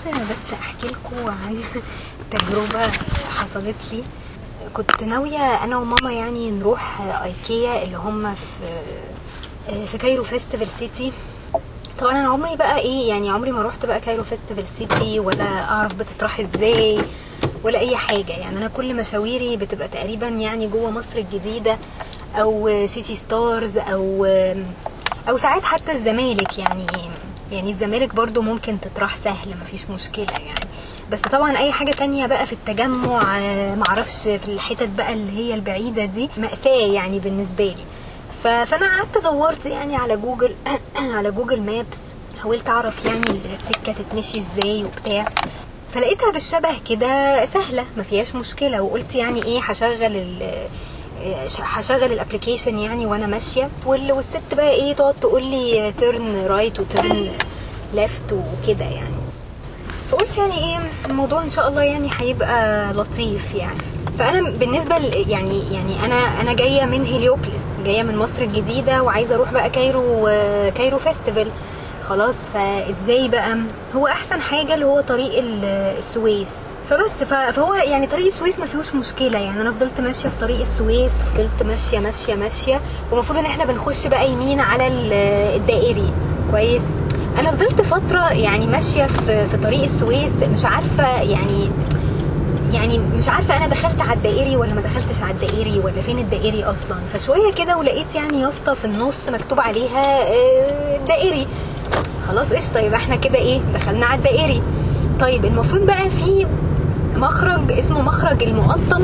بس احكي لكم عن تجربه حصلت لي. كنت ناويه انا وماما يعني نروح ايكيا اللي هم في كايرو فيستيفال سيتي. طبعا انا عمري بقى يعني عمري ما روحت بقى كايرو فيستيفال سيتي ولا اعرف بتتراح ازاي ولا اي حاجه. يعني انا كل مشاويري بتبقى تقريبا يعني جوه مصر الجديده او سيتي ستارز او ساعات حتى الزمالك. يعني الزمالك برضو ممكن تتراح سهل مفيش مشكله يعني. بس طبعا اي حاجه تانية بقى في التجمع معرفش في الحتت بقى اللي هي البعيده دي مأساة يعني بالنسبه لي. فانا قعدت دورت يعني على جوجل على جوجل مابس، حاولت اعرف يعني السكه تتمشي ازاي وبتاع، فلقيتها بالشبه كده سهله ما فيهاش مشكله. وقلت يعني ايه هشغل الابلكيشن يعني وانا ماشيه، والست بقى ايه تقعد تقول لي تيرن رايت وتيرن ليفت وكده يعني. فقلت يعني ايه الموضوع ان شاء الله يعني هيبقى لطيف يعني. فانا بالنسبه يعني انا جايه من هيليوبلس، جايه من مصر الجديده وعايزه اروح بقى كايرو فيستيفال خلاص. فازاي بقى؟ هو احسن حاجه اللي هو طريق السويس. فهو يعني طريق السويس ما فيهوش مشكله يعني. انا فضلت ماشيه في طريق السويس، فضلت ماشيه ومفروض ان احنا بنخش بقى يمين على الدائري كويس. انا فضلت فتره يعني ماشيه في طريق السويس مش عارفه يعني مش عارفه انا دخلت على الدائري ولا ما دخلتش على الدائري ولا فين الدائري اصلا. فشويه كده ولقيت يعني يافطه في النص مكتوب عليها الدائري. خلاص قشطه، يبقى احنا كده ايه دخلنا على الدائري. طيب المفروض بقى في مخرج اسمه مخرج المقطم،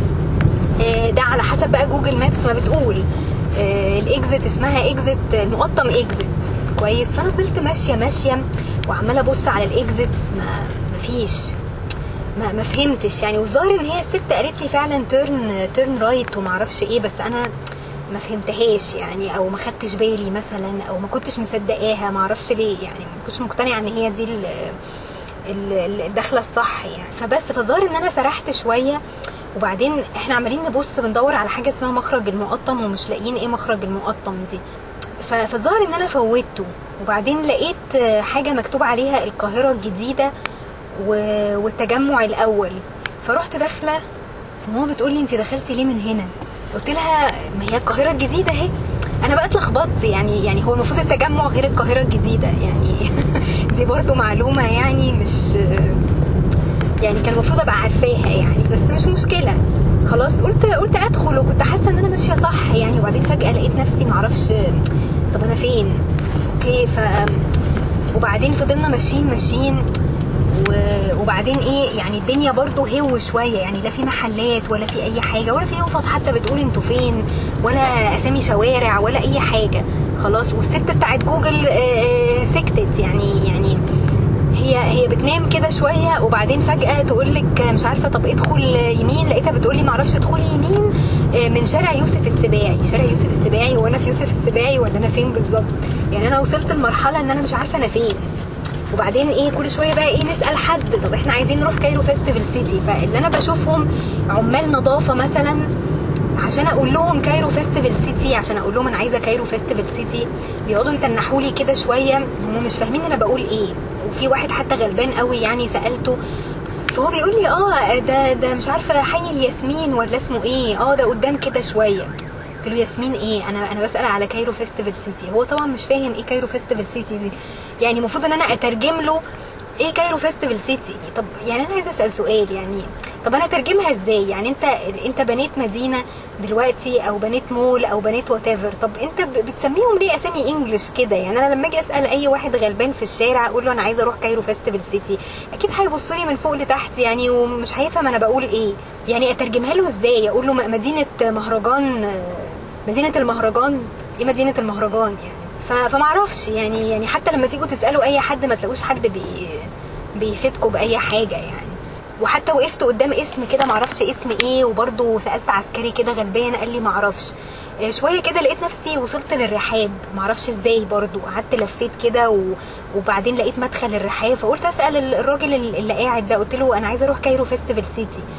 ده على حسب بقى جوجل مابس ما بتقول الاكزت اسمها اكزت المقطم اكزت كويس. فانا فضلت ماشيه وعماله ابص على الاكزتس مفيش ما فهمتش يعني. والظاهر ان هي الست قالت لي فعلا تيرن رايت وما اعرفش ايه، بس انا ما فهمتهاش يعني، او ما خدتش بالي مثلا، او ما كنتش مصدقاها ما اعرفش ليه يعني. ما كنتش مقتنعه ان هي دي الدخله الصح يعني. فالظاهر ان انا سرحت شويه. وبعدين احنا عمالين نبص بندور على حاجه اسمها مخرج المقطم ومش لاقيين ايه مخرج المقطم دي. فالظاهر ان انا فوتته. وبعدين لقيت حاجه مكتوب عليها القاهره الجديده والتجمع الاول. فرحت داخله، فماما بتقول لي انت دخلتي ليه من هنا؟ قلت لها ما هي القاهره الجديده اهي. انا بقى اتلخبطت يعني هو المفروض التجمع غير القاهره الجديده يعني. دي برضو معلومه يعني مش يعني كان المفروض ابقى عارفاها يعني، بس مش مشكله خلاص. قلت ادخل، وكنت حاسه ان انا ماشيه صح يعني. وبعدين فجاه لقيت نفسي معرفش طب انا فين. اوكي وبعدين فضلنا ماشيين وبعدين ايه يعني الدنيا برضو هو شويه يعني، لا في محلات ولا في اي حاجه ولا في يوفط حتى بتقول انتوا فين، ولا اسامي شوارع ولا اي حاجه خلاص. والست بتاعت جوجل سكتت يعني هي بتنام كده شويه. وبعدين فجاه تقول لك مش عارفه طب ادخل يمين. لقيتها بتقول لي معرفش ادخلي يمين من شارع يوسف السباعي. شارع يوسف السباعي، وانا في يوسف السباعي ولا انا فين بالظبط يعني؟ انا وصلت لمرحله ان انا مش عارفه انا فين. وبعدين ايه كل شويه بقى ايه نسال حد طب احنا عايزين نروح كايرو فيستيفال سيتي. فاللي انا بشوفهم عمال نظافه مثلا عشان اقول لهم كايرو فيستيفال سيتي، عشان اقول لهم انا عايزه كايرو فيستيفال سيتي، بيقعدوا يتنحوا لي كده شويه هم مش فاهمين انا بقول ايه. وفي واحد حتى غلبان قوي يعني سالته، فهو بيقول لي ده مش عارفه حي الياسمين ولا اسمه ايه، ده قدام كده شويه. قلت له ياسمين ايه؟ انا بسال على كايرو فيستيفال سيتي. هو طبعا مش فاهم ايه كايرو فيستيفال سيتي دي يعني. المفروض ان انا اترجم له ايه كايرو فيستيفال سيتي. طب يعني انا عايزه اسال سؤال يعني، طب انا اترجمها ازاي يعني؟ انت بنيت مدينه دلوقتي او بنيت مول او بنيت وات ايفر، طب انت بتسميهم ليه اسامي انجلش كده يعني؟ انا لما اجي اسال اي واحد غلبان في الشارع اقول له انا عايزه اروح كايرو فيستيفال سيتي، اكيد هيبص لي من فوق لتحت يعني ومش هيفهم انا بقول ايه يعني. اترجمها له ازاي؟ اقول له مدينه مهرجان، مدينه المهرجان؟ ايه مدينه المهرجان يعني؟ فما اعرفش يعني حتى لما تيجوا تسالوا اي حد ما تلاقوش حد بيفيدكم باي حاجه يعني. وحتى وقفت قدام اسم كده معرفش اسم ايه، وبرضه سالت عسكري كده غلبان قال لي معرفش. شويه كده لقيت نفسي وصلت للرحاب معرفش ازاي برضه. قعدت لفيت كده وبعدين لقيت مدخل الرحاب، فقلت اسال الراجل اللي قاعد ده، قلت له انا عايزه اروح كايرو فيستيفال سيتي.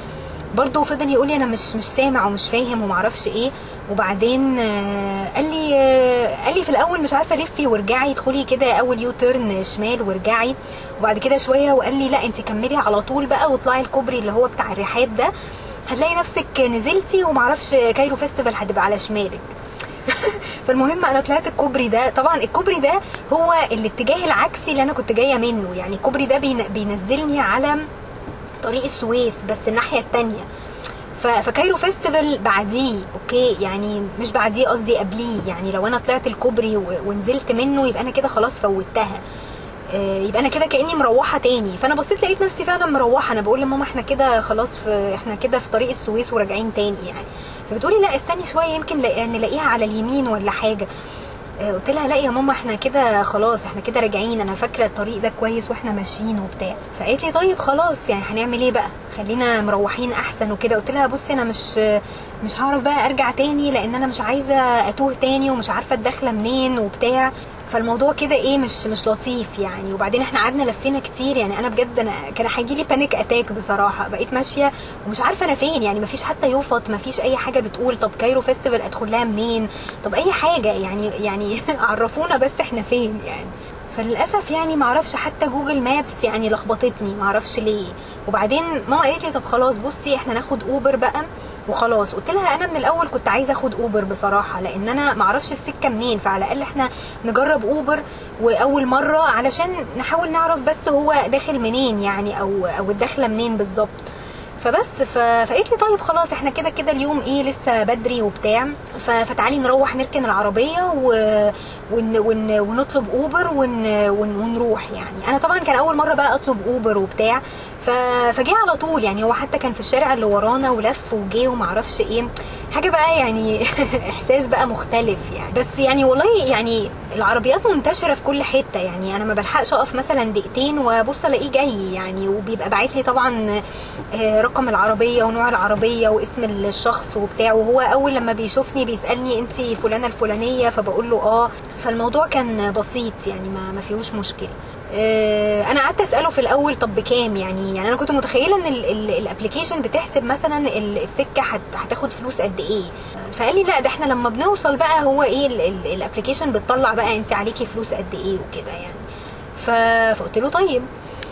برضو فضل يقول لي انا مش سامع ومش فاهم وما اعرفش ايه. وبعدين قال لي في الاول مش عارفه لفي وارجعي، ادخلي كده اول يو تيرن شمال وارجعي. وبعد كده شويه وقال لي لا انت كملي على طول بقى واطلعي الكوبري اللي هو بتاع الرحاب ده، هتلاقي نفسك نزلتي وما اعرفش كايرو فيستيفال هتبقى على شمالك. فالمهم انا طلعت الكوبري ده. طبعا الكوبري ده هو الاتجاه العكسي اللي انا كنت جايه منه، يعني الكوبري ده بينزلني على طريق السويس بس الناحيه التانية. فكايرو فيستيفال بعديه، اوكي يعني مش بعديه قصدي قبليه. يعني لو انا طلعت الكوبري ونزلت منه يبقى انا كده خلاص فوتها، يبقى انا كده كاني مروحه تاني. فانا بصيت لقيت نفسي فعلا مروحه. انا بقول لماما احنا كده خلاص احنا كده في طريق السويس وراجعين تاني يعني. فبتقولي لا استني شويه يمكن نلاقيها على اليمين ولا حاجه. قلت لها لا يا ماما احنا كده خلاص احنا كده راجعين، انا فاكره الطريق ده كويس واحنا ماشيين وبتاع. فقالت لي طيب خلاص يعني هنعمل ايه بقى، خلينا مروحين احسن وكده. قلت لها بصي انا مش هعرف بقى ارجع تاني لان انا مش عايزه اتوه تاني ومش عارفه الدخله منين وبتاع. فالموضوع كده ايه مش لطيف يعني. وبعدين احنا قعدنا لفينا كتير يعني. انا بجد انا كان هيجي لي بانيك اتاك بصراحه. بقيت ماشيه ومش عارفه انا فين يعني. مفيش حتى يوفط، مفيش اي حاجه بتقول طب كايرو فيستيفال ادخل لها منين، طب اي حاجه يعني عرفونا بس احنا فين يعني. فللاسف يعني معرفش حتى جوجل مابس يعني لخبطتني معرفش ليه. وبعدين ماما قالت لي طب خلاص بصي احنا ناخد اوبر بقى وخلاص. قلت لها انا من الاول كنت عايزه اخد اوبر بصراحه لان انا معرفش السكه منين، فعلى الاقل احنا نجرب اوبر واول مره علشان نحاول نعرف بس هو داخل منين يعني او الدخله منين بالظبط. فبس فقالت لي طيب خلاص احنا كده اليوم ايه لسه بدري وبتاع، فتعالي نروح نركن العربيه ونطلب اوبر ونروح يعني. انا طبعا كان اول مره بقى اطلب اوبر وبتاع، فجي على طول يعني. هو حتى كان في الشارع اللي ورانا ولف وجي ومعرفش ايه حاجه بقى يعني. احساس بقى مختلف يعني. بس يعني والله يعني العربيات منتشره في كل حته يعني. انا ما بلحقش اقف مثلا دقيقتين وابص الاقيه جاي يعني. وبيبقى باعت لي طبعا رقم العربيه ونوع العربيه واسم الشخص وبتاع. وهو اول لما بيشوفني بيسالني انت فلانه الفلانيه، فبقول له اه. فالموضوع كان بسيط يعني ما فيهوش مشكله. انا قعدت اساله في الاول طب بكام يعني انا كنت متخيله ان الابلكيشن بتحسب مثلا السكه هتاخد فلوس قد ايه. فقال لي لا ده احنا لما بنوصل بقى هو ايه الابلكيشن بتطلع بقى انت عليكي فلوس قد ايه وكده يعني. فقلت له طيب.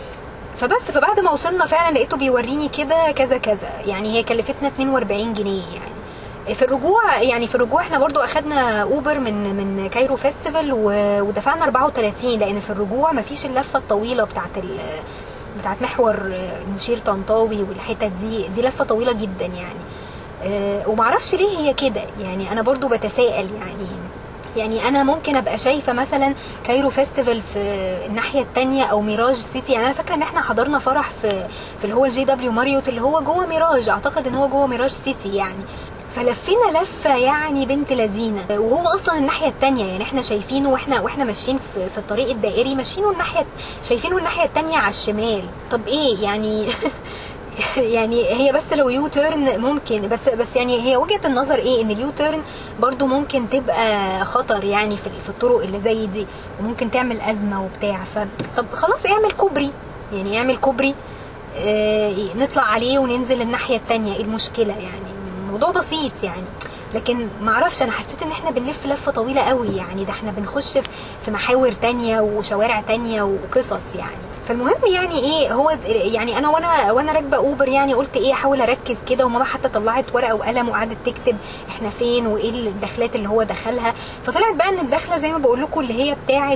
فبعد ما وصلنا فعلا لقيته بيوريني كده كذا كذا يعني. هي كلفتنا 42 جنيه يعني. في الرجوع احنا برضو اخدنا اوبر من كايرو فيستيفال ودفعنا 34 لان في الرجوع مفيش اللفه الطويله بتاعت محور المشير طنطاوي والحتت دي لفه طويله جدا يعني. ومعرفش ليه هي كده يعني. انا برضو بتساءل يعني انا ممكن ابقى شايفه مثلا كايرو فيستيفال في الناحيه التانية او ميراج سيتي يعني. انا فاكره ان احنا حضرنا فرح في اللي هو الجي دبليو ماريوت اللي هو جوه ميراج، اعتقد ان هو جوه ميراج سيتي يعني. فلفينا لفه يعني بنت لذينه. وهو اصلا الناحيه التانية يعني احنا شايفينه واحنا ماشيين في الطريق الدائري ماشيينه شايفينه الناحيه التانية على الشمال. طب ايه يعني يعني هي بس لو يو تيرن ممكن بس يعني هي وجهه النظر ايه ان اليو تيرن برضو ممكن تبقى خطر يعني في الطرق اللي زي دي وممكن تعمل ازمه وبتاع. طب خلاص اعمل كوبري نطلع عليه وننزل الناحيه التانية. ايه المشكله يعني؟ الموضوع بسيط يعني. لكن معرفش انا حسيت ان احنا بنلف لفه طويله قوي يعني. ده احنا بنخش في محاور تانية وشوارع تانية وقصص يعني. فالمهم يعني ايه هو يعني انا وانا راكبه اوبر يعني قلت ايه احاول اركز كده. وماما حتى طلعت ورقه وقلم وقعدت تكتب احنا فين وايه الدخلات اللي هو دخلها. فطلعت بقى ان الدخله زي ما بقول لكم اللي هي بتاعه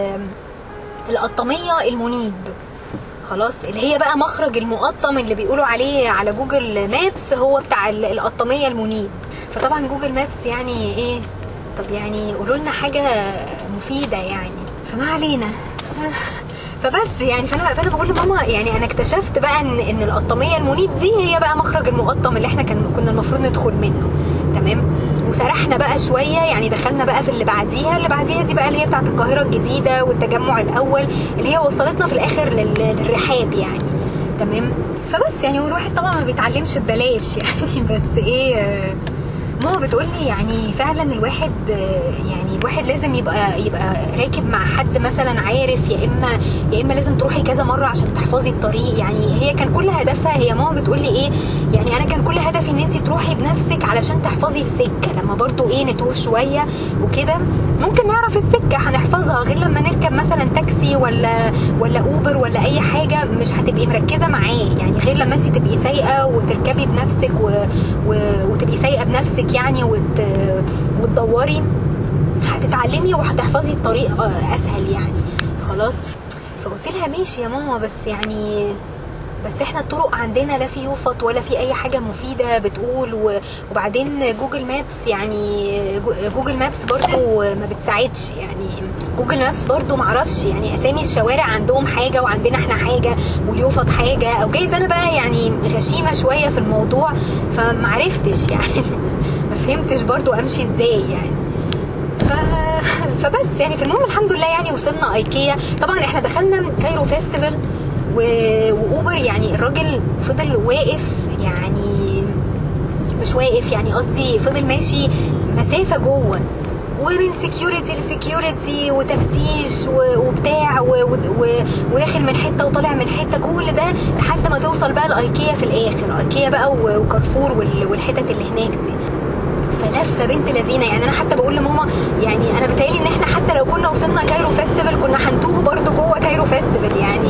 القطاميه المنيب خلاص، اللي هي بقى مخرج المقطم اللي بيقولوا عليه على جوجل مابس هو بتاع القطاميه المنيب. فطبعا جوجل مابس يعني ايه طب يعني قولوا لنا حاجه مفيده يعني. فما علينا. فبس يعني فانا بقول لماما يعني انا اكتشفت بقى ان القطاميه المنيب دي هي بقى مخرج المقطم اللي احنا كنا المفروض ندخل منه. تمام. وسرحنا بقى شويه يعني. دخلنا بقى في اللي بعديها دي بقى اللي هي بتاعه القاهره الجديده والتجمع الاول اللي هي وصلتنا في الاخر للرحاب يعني. تمام. فبس يعني والواحد طبعا ما بيتعلمش ببلاش يعني. بس ايه ماما بتقول لي يعني فعلا الواحد لازم يبقى راكب مع حد مثلا عارف، يا اما لازم تروحي كذا مره عشان تحفظي الطريق. يعني هي كان كل هدفها، هي ماما بتقول لي ايه، يعني انا كان كل هدفي ان انت تروحي بنفسك علشان تحفظي السكه، لما برضو نتوه شويه وكده ممكن نعرف السكه هنحفظها، غير لما نركب مثلا تاكسي ولا اوبر ولا اي حاجه مش هتبقي مركزه معاه. يعني غير لما انت تبقي سايقه وتركبي بنفسك وتبقي سايقه بنفسك يعني وتدوري، هتتعلمي وهتحفظي الطريق اسهل يعني. خلاص فقلت لها ماشي يا ماما، بس احنا الطرق عندنا لا في يوفط ولا في اي حاجه مفيده بتقول، وبعدين جوجل مابس برضو ما بتساعدش. يعني جوجل مابس برضو معرفش يعني اسامي الشوارع عندهم حاجه وعندنا احنا حاجه واليوفط حاجه، او جايز انا بقى يعني غشيمه شويه في الموضوع فمعرفتش يعني ما فهمتش برضو امشي ازاي يعني. فبس يعني في المهم الحمد لله يعني وصلنا ايكيا. طبعا احنا دخلنا كايرو فيستيفال واوبر، يعني الراجل فضل واقف، يعني مش واقف يعني قصدي فضل ماشي مسافه جوه، ومن سكيورتي لسكيورتي وتفتيش وبتاع وداخل من حته وطالع من حته، كل ده لحد ما توصل بقى لايكيا في الاخر، ايكيا بقى وكارفور والحتت اللي هناك دي. فلفه بنت لذينه يعني. انا حتى بقول لماما يعني انا بتهيألي ان احنا حتى لو كنا وصلنا كايرو فيستيفال كنا هنتوه برضو جوه كايرو فيستيفال يعني.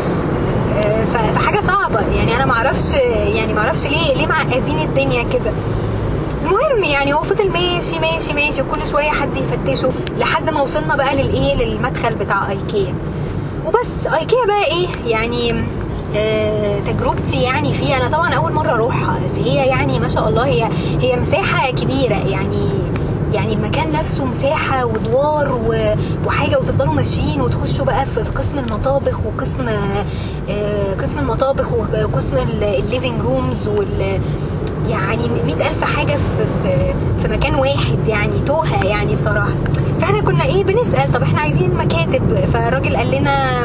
فحاجه صعبه يعني. انا معرفش ليه معقدين الدنيا كده. المهم يعني هو فضل ماشي ماشي ماشي وكل شويه حد يفتشه لحد ما وصلنا بقى للمدخل بتاع ايكيا. وبس ايكيا بقى يعني تجربتي يعني فيها، انا طبعا اول مره اروحها، بس هي يعني ما شاء الله هي مساحه كبيره يعني المكان نفسه مساحه ودوار وحاجه، وتفضلوا ماشيين وتخشوا بقى في قسم المطابخ وقسم المطابخ وقسم الليفينج رومز يعني 100,000 حاجه في مكان واحد يعني. توهه يعني بصراحه. فاحنا كنا بنسال طب احنا عايزين مكاتب، فالراجل قال لنا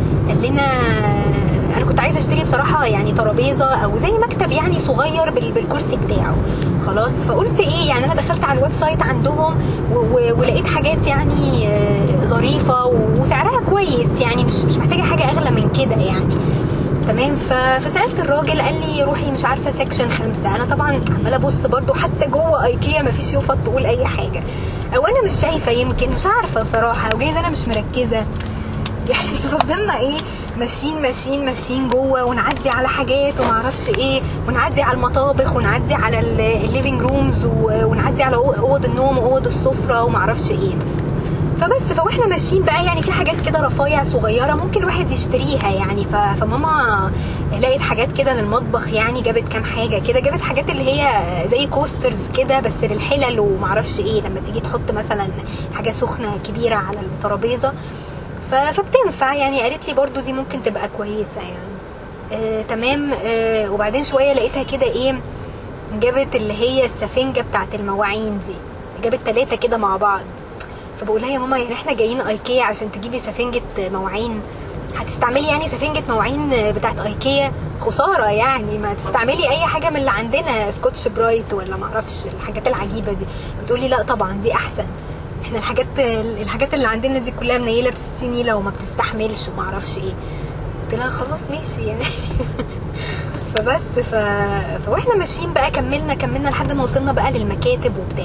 انا كنت عايزه اشتري بصراحه يعني ترابيزه او زي مكتب يعني صغير بالكرسي بتاعه. خلاص فقلت يعني انا دخلت على الويب سايت عندهم ولقيت حاجات يعني ظريفه وسعرها كويس يعني مش محتاجه حاجه اغلى من كده يعني. تمام. فسالت الراجل قال لي روحي مش عارفه سكشن 5. انا طبعا عماله ابص برده حتى جوه ايكيا مفيش يوفط تقول اي حاجه، او انا مش شايفه يمكن مش عارفه بصراحه، وجايز انا مش مركزه يعني. فضلنا ماشيين جوه ونعدي على حاجات ومعرفش ونعدي على المطابخ ونعدي على الليفينج رومز ونعدي على اوض النوم واوض السفره ومعرفش فبس واحنا ماشيين بقى يعني في حاجات كده رفايع صغيره ممكن الواحد يشتريها يعني. فماما لقيت حاجات كده للمطبخ يعني، جابت كام حاجه كده، جابت حاجات اللي هي زي كوسترز كده بس للحلل ومعرفش لما تيجي تحط مثلا حاجه سخنه كبيره على الترابيزه فبتنفع يعني. قالت لي برضو دي ممكن تبقى كويسه يعني. تمام. وبعدين شويه لقيتها كده جابت اللي هي السفنجه بتاعت المواعين دي، جابت 3 كده مع بعض. فبقولها يا ماما يعني احنا جايين ايكيا عشان تجيبي سفنجه مواعين، هتستعملي يعني سفنجه مواعين بتاعت ايكيا؟ خساره يعني، ما تستعملي اي حاجه من اللي عندنا، سكوتش برايت ولا معرفش الحاجات العجيبه دي. بتقولي لا طبعا دي احسن، احنا الحاجات اللي عندنا دي كلها منيله ب60 نيله وما بتستحملش ومعرفش قلت لها خلاص ماشي يعني. فبس واحنا ماشيين بقى كملنا لحد ما وصلنا بقى للمكاتب وبتاع.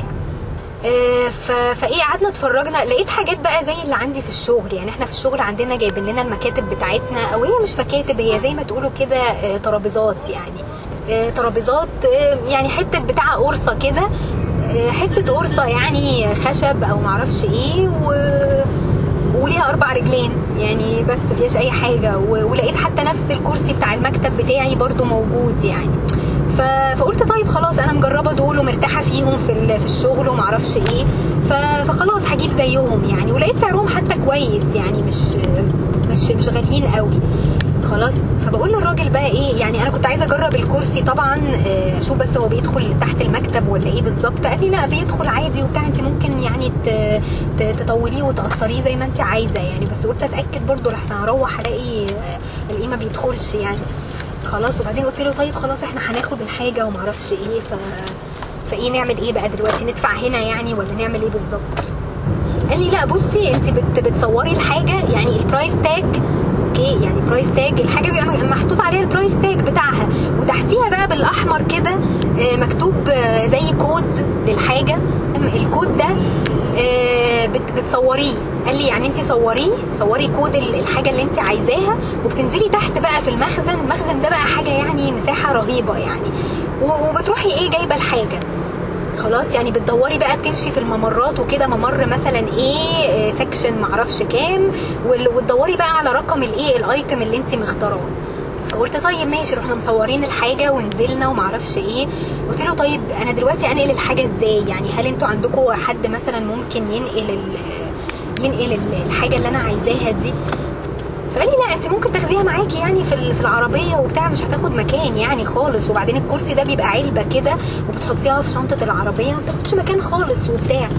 قعدنا اتفرجنا، لقيت حاجات بقى زي اللي عندي في الشغل يعني. احنا في الشغل عندنا جايبين لنا المكاتب بتاعتنا، او هي مش مكاتب، هي زي ما تقولوا كده ترابيزات يعني. ترابيزات يعني حته بتاع قرصه كده، حته قرصه يعني خشب او معرفش وليها 4 رجلين يعني، بس مفيهاش اي حاجه. ولقيت حتى نفس الكرسي بتاع المكتب بتاعي برضو موجود يعني. فقلت طيب خلاص انا مجربه دول ومرتاحه فيهم في الشغل ومعرفش فخلاص هجيب زيهم يعني. ولقيت سعرهم حتى كويس يعني، مش غاليين قوي. خلاص فبقول للراجل بقى يعني انا كنت عايزه اجرب الكرسي طبعا، اشوف بس هو بيدخل تحت المكتب ولا بالظبط. قال لي لا بيدخل عادي وبتاع، انت ممكن يعني تطوليه وتقصريه زي ما انت عايزه يعني. بس قلت اتاكد برضو لحسن اروح الاقي ما بيدخلش يعني. خلاص وبعدين قلت له طيب خلاص احنا هناخد الحاجه ومعرفش فايه نعمل ايه بقى دلوقتي؟ ندفع هنا يعني ولا نعمل ايه بالظبط؟ قال لي لا بصي انت بتصوري الحاجه يعني البرايس تاج، اوكي يعني برايس تاج الحاجه بيبقى محطوط عليها البرايس تاج بتاعها، وتحتيها بقى بالاحمر كده مكتوب زي كود للحاجه. الكود ده بتصوريه. قال لي يعني انت صوري كود الحاجه اللي انت عايزاها، وبتنزلي تحت بقى في المخزن ده بقى حاجه يعني مساحه رهيبه يعني، وبتروحي ايه جايبه الحاجه خلاص يعني. بتدوري بقى بتمشي في الممرات وكده، ممر مثلا ايه سكشن معرفش كام، وتدوري بقى على رقم الايه الايتم اللي انت مختاراه. فقلت طيب ماشي، رحنا مصورين الحاجه ونزلنا ومعرفش ايه. قلت له طيب انا دلوقتي انقل الحاجه ازاي يعني؟ هل انتوا عندكم حد مثلا ممكن ينقل الحاجه اللي انا عايزاها دي؟ فقال لي لا انت ممكن تاخديها معاكي يعني في العربيه وبتاع، مش هتاخد مكان يعني خالص، وبعدين الكرسي ده بيبقى علبه كده وبتحطيها في شنطه العربيه ما بتاخدش مكان خالص وبتاع.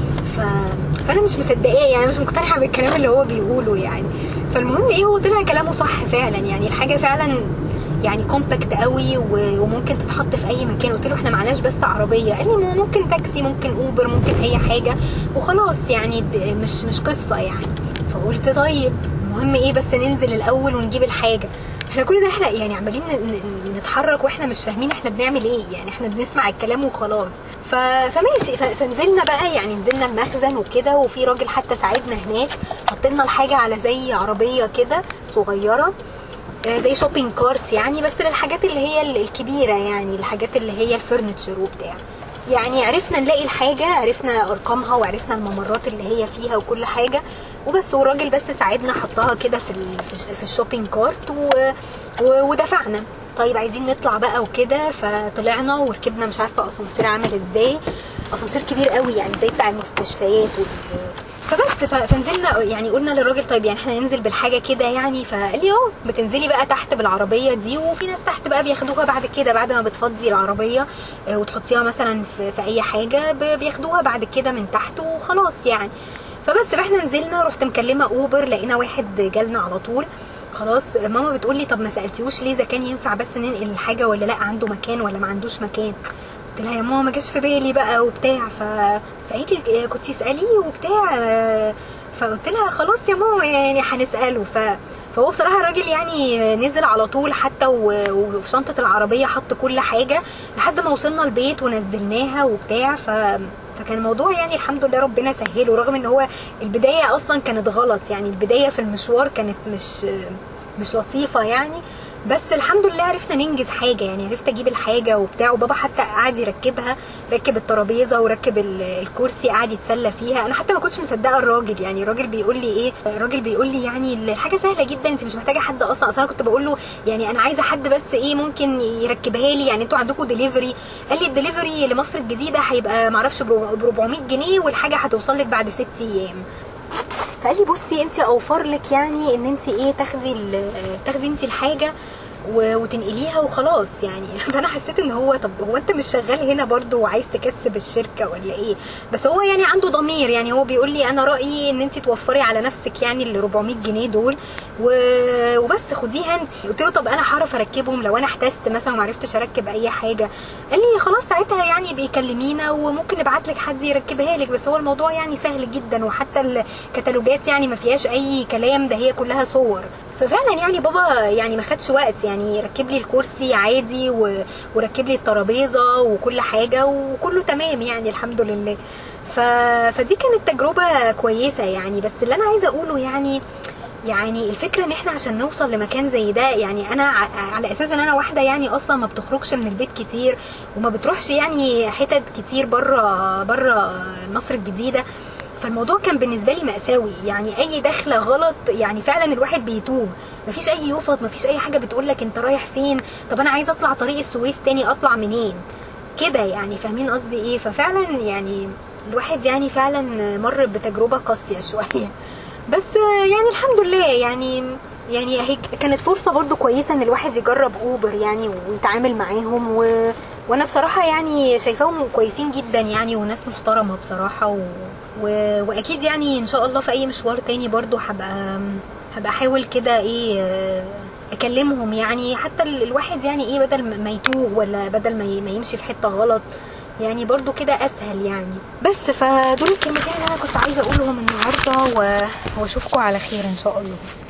فانا مش مصدقاه يعني، مش مقتنعه بالكلام اللي هو بيقوله يعني. فالمهم ايه، هو طلع كلامه صح فعلا يعني، الحاجه فعلا يعني كومباكت قوي وممكن تتحط في اي مكان. قلت له احنا معناش بس عربيه. قال لي ممكن تاكسي، ممكن اوبر، ممكن اي حاجه وخلاص يعني، مش قصه يعني. فقلت طيب المهم ايه بس ننزل الاول ونجيب الحاجه. احنا كل ده احنا يعني عمالين نتحرك واحنا مش فاهمين احنا بنعمل ايه يعني، احنا بنسمع الكلام وخلاص. فماشي، فنزلنا بقى يعني، نزلنا المخزن وكده، وفي راجل حتى ساعدنا هناك، حط لنا الحاجه على زي عربيه كده صغيره زي شوبينج كارت يعني، بس للحاجات اللي هي الكبيره يعني، الحاجات اللي هي الفرنتشر وبتاع يعني. عرفنا نلاقي الحاجه، عرفنا ارقامها وعرفنا الممرات اللي هي فيها وكل حاجه وبس. والراجل بس ساعدنا حطها كده في الشوبينج كارت ودفعنا. طيب عايزين نطلع بقى وكده، فطلعنا وركبنا مش عارفه اسانسير عامل ازاي، اسانسير كبير قوي يعني زي بتاع المستشفيات فبس. فنزلنا يعني، قلنا للراجل طيب يعني احنا ننزل بالحاجه كده يعني. فقال لي بتنزلي بقى تحت بالعربيه دي، وفي ناس تحت بقى بياخدوها بعد كده، بعد ما بتفضي العربيه وتحطيها مثلا في اي حاجه بياخدوها بعد كده من تحت وخلاص يعني. فبس احنا نزلنا، رحت مكلمه اوبر، لقينا واحد جالنا على طول. خلاص ماما بتقول لي طب ما سالتيوش ليه اذا كان ينفع بس ننقل الحاجه ولا لا، عنده مكان ولا ما عندوش مكان؟ قلت لها يا ماما ما جاش في بالي بقى وبتاع. فقالت لي كنتي اساليه وبتاع. فقلت لها خلاص يا ماما يعني هنساله. فهو بصراحه الراجل يعني نزل على طول حتى، وفي شنطه العربيه حط كل حاجه لحد ما وصلنا البيت ونزلناها وبتاع. فكان الموضوع يعني الحمد لله ربنا سهله، رغم ان هو البدايه اصلا كانت غلط يعني، البدايه في المشوار كانت مش لطيفه يعني، بس الحمد لله عرفنا ننجز حاجه يعني، عرفت اجيب الحاجه وبتاع. وبابا حتى قعد يركبها، ركب الترابيزه وركب الكرسي، قعد يتسلى فيها. انا حتى ما كنتش مصدقه الراجل يعني، الراجل بيقول لي يعني الحاجه سهله جدا، انت مش محتاجه حد اصلا. انا كنت بقول له يعني انا عايزه حد بس ايه ممكن يركبها لي يعني، انتوا عندكم ديليفري؟ قال لي الديليفري لمصر الجديده هيبقى معرفش ب 400 جنيه والحاجه هتوصل لك بعد 6 ايام. فقال لي بصي انت اوفر لك يعني ان انت ايه تاخدي انت الحاجه وتنقليها وخلاص يعني. فانا حسيت ان هو طب هو انت مش شغال هنا برضو وعايز تكسب الشركه ولا ايه؟ بس هو يعني عنده ضمير يعني، هو بيقول لي انا رايي ان انت توفري على نفسك يعني ال 400 جنيه دول وبس خديها انت. قلت له طب انا هعرف اركبهم لو انا احتجت مثلا وما عرفتش اركب اي حاجه؟ قال لي خلاص ساعتها يعني بيكلمينا وممكن نبعت لك حد يركبها لك، بس هو الموضوع يعني سهل جدا، وحتى الكتالوجات يعني ما فيهاش اي كلام، ده هي كلها صور. ففعلا يعني بابا يعني ما خدش وقت يعني، ركب لي الكرسي عادي وركب لي الترابيزه وكل حاجه وكله تمام يعني الحمد لله. فدي كانت تجربه كويسه يعني. بس اللي انا عايزه اقوله يعني الفكره ان احنا عشان نوصل لمكان زي ده يعني، انا على اساس ان انا واحده يعني اصلا ما بتخرجش من البيت كتير وما بتروحش يعني حتت كتير بره مصر الجديده، فالموضوع كان بالنسبه لي مأساوي يعني. اي دخله غلط يعني فعلا الواحد بيتوه، مفيش اي يفط، مفيش اي حاجه بتقولك انت رايح فين، طب انا عايزه اطلع طريق السويس تاني اطلع منين كده يعني، فاهمين قصدي ايه؟ ففعلا يعني الواحد يعني فعلا مر بتجربه قاسيه شويه، بس يعني الحمد لله يعني هي كانت فرصه برضو كويسه ان الواحد يجرب اوبر يعني ويتعامل معاهم وانا بصراحه يعني شايفاهم كويسين جدا يعني، وناس محترمه بصراحه واكيد يعني ان شاء الله في اي مشوار تاني برضو هبقى احاول كده ايه اكلمهم يعني، حتى الواحد يعني ايه بدل ما يتوه ولا بدل ما يمشي في حته غلط يعني برضو كده اسهل يعني. بس فدول الكلمتين اللي انا كنت عايزه اقولهم النهارده، واشوفكم على خير ان شاء الله.